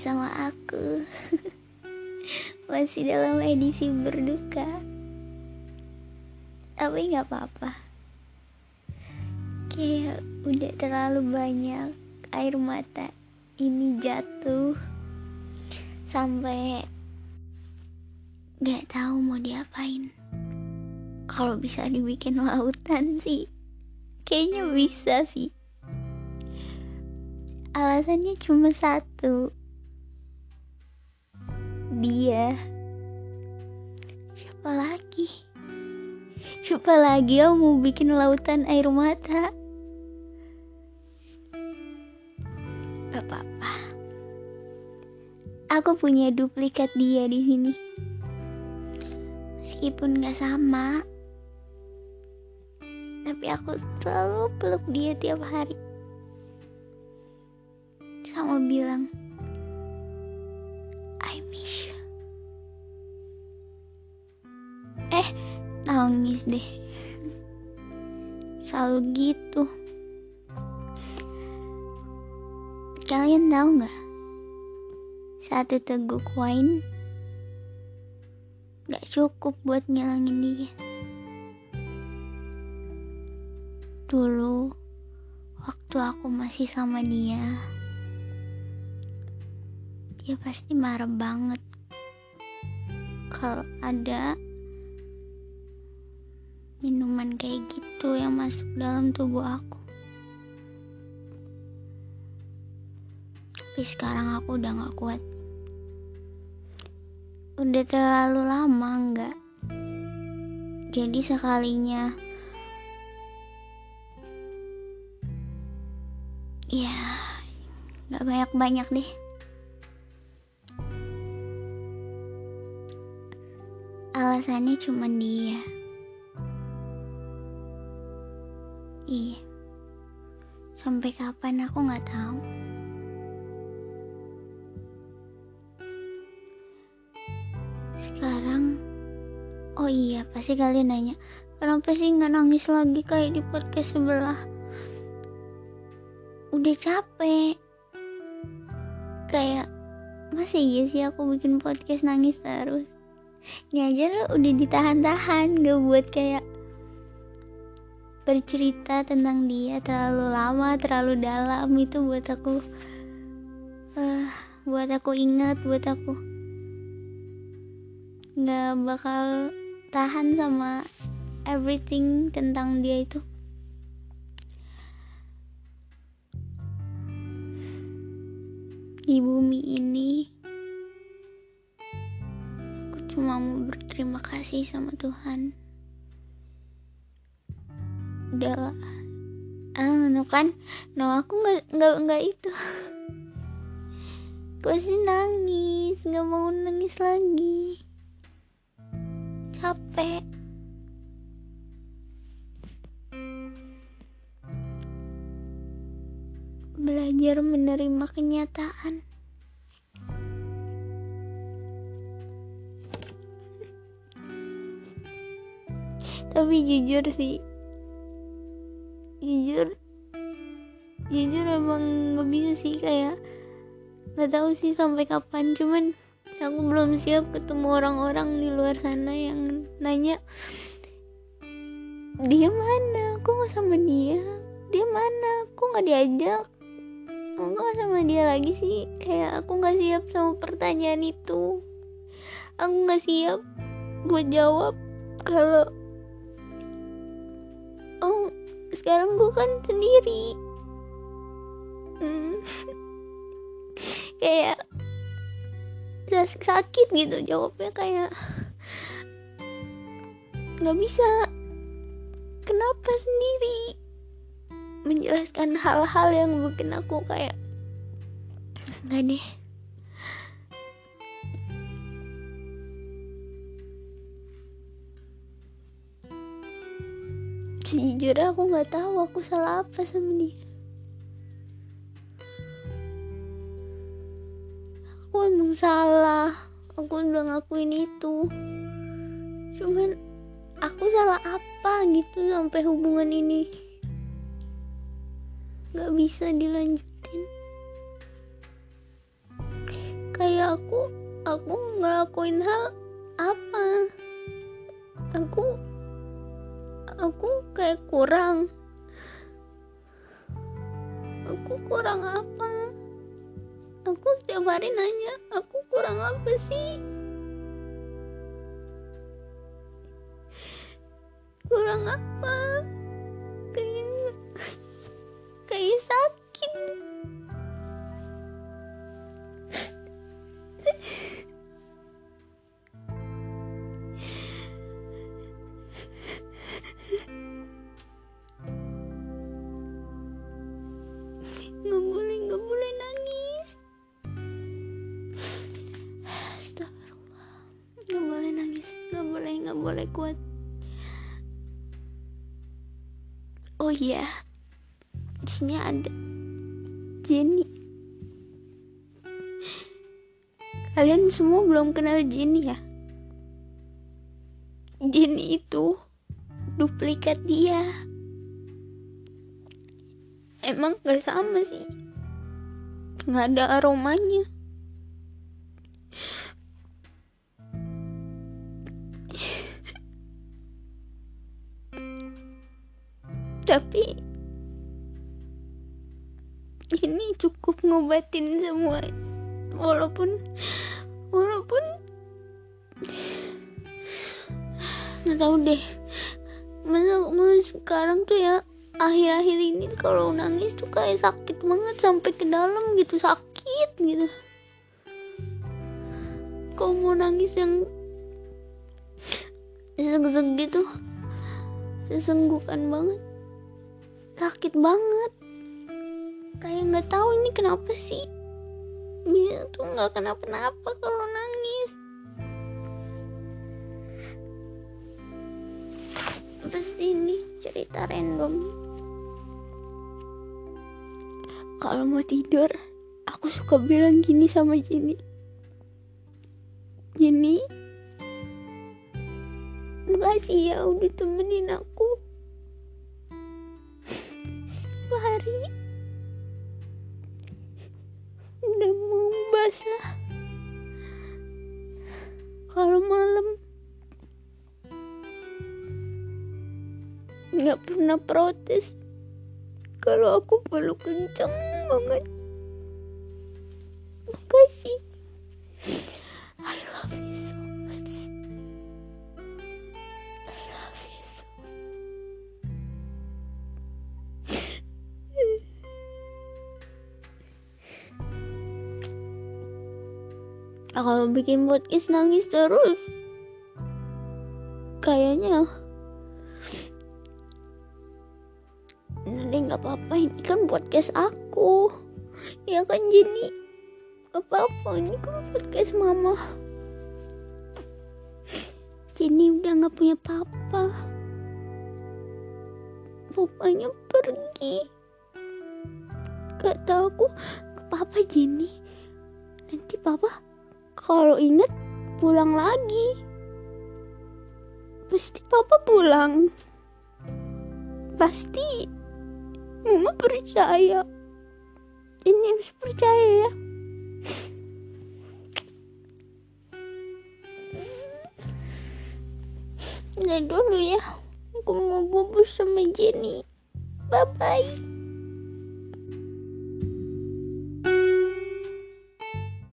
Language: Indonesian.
bersama aku. Masih dalam edisi berduka, tapi gak apa-apa. Kayak udah terlalu banyak air mata ini jatuh sampai gak tahu mau diapain. Kalau bisa dibikin lautan sih kayaknya bisa sih. Alasannya cuma satu, dia. Siapa lagi yang mau bikin lautan air mata? Gak apa-apa, aku punya duplikat dia di sini. Meskipun gak sama, tapi aku selalu peluk dia tiap hari, sama bilang I miss you. Nangis deh. Selalu gitu. Kalian tahu gak, satu teguk wine gak cukup buat ngilangin dia. Dulu waktu aku masih sama dia pasti marah banget kalau ada minuman kayak gitu yang masuk dalam tubuh aku. Tapi sekarang aku udah gak kuat. Udah terlalu lama enggak. Jadi sekalinya ya gak banyak-banyak deh. Alasannya cuma dia. Iya, sampai kapan aku gak tahu. Sekarang, oh iya, pasti kalian nanya, kenapa sih gak nangis lagi kayak di podcast sebelah? Udah capek. Kayak, masa iya sih aku bikin podcast nangis terus? Ini aja udah ditahan-tahan, gak buat kayak bercerita tentang dia terlalu lama, terlalu dalam. Itu buat aku ingat, buat aku gak bakal tahan sama everything tentang dia itu. Di bumi ini aku cuma mau berterima kasih sama Tuhan. Udah aku nggak itu. Gue sih nangis, nggak mau nangis lagi, capek. Belajar menerima kenyataan. Tapi jujur emang nggak bisa sih, kayak nggak tahu sih sampai kapan. Cuman aku belum siap ketemu orang-orang di luar sana yang nanya, dia mana? Aku nggak sama dia. Dia mana? Aku nggak diajak. Aku nggak sama dia lagi sih. Kayak aku nggak siap sama pertanyaan itu. Aku nggak siap buat jawab kalau sekarang gue kan sendiri. Kayak sakit gitu jawabnya, kayak nggak bisa. Kenapa sendiri menjelaskan hal-hal yang bikin aku kayak nggak deh. Sejujurnya aku nggak tahu aku salah apa sama dia. Aku emang salah, aku udah ngakuin itu. Cuman aku salah apa gitu sampai hubungan ini gak bisa dilanjutin. kayak aku ngelakuin hal apa, aku kayak kurang apa. Aku setiap hari nanya, aku kurang apa sih? Kurang apa? Kayak sakit. Nggak boleh nangis. Astagfirullah. Nggak boleh nangis, nggak boleh kuat. Oh iya, di sini ada Jenny. Kalian semua belum kenal Jenny ya? Jenny itu duplikat dia. Emang gak sama sih, gak ada aromanya. Tapi ini cukup ngobatin semua. Walaupun nggak tahu deh, masa sekarang tuh ya, akhir-akhir ini kalau nangis tuh kayak sakit banget sampai ke dalam gitu, sakit gitu. Kalau mau nangis yang seseng gitu, sesenggukan banget, sakit banget. Kayak nggak tahu ini kenapa sih. Dia tuh nggak kenapa-napa kalau nangis. Pasti ini cerita random. Kalau mau tidur, aku suka bilang gini sama Jenny. Jenny, makasih ya udah temenin aku hari udah mau basah. Kalau malam nggak pernah protes kalau aku peluk kencang banget. Makasih. I love you so much. I love you so much. Kalau bikin podcast nangis terus, kayaknya nanti nggak apa-apa, ini kan podcast aku, ya kan Jenny? Gak apa-apa, ini kan podcast mama. Jenny udah nggak punya papa, papanya pergi. Gak tahu aku ke papa Jenny. Nanti papa kalau inget pulang lagi. Pasti papa pulang. Pasti. Mama percaya. Ini harus percaya ya. Nah dulu ya. Aku mau bobo sama Jenny. Bye bye.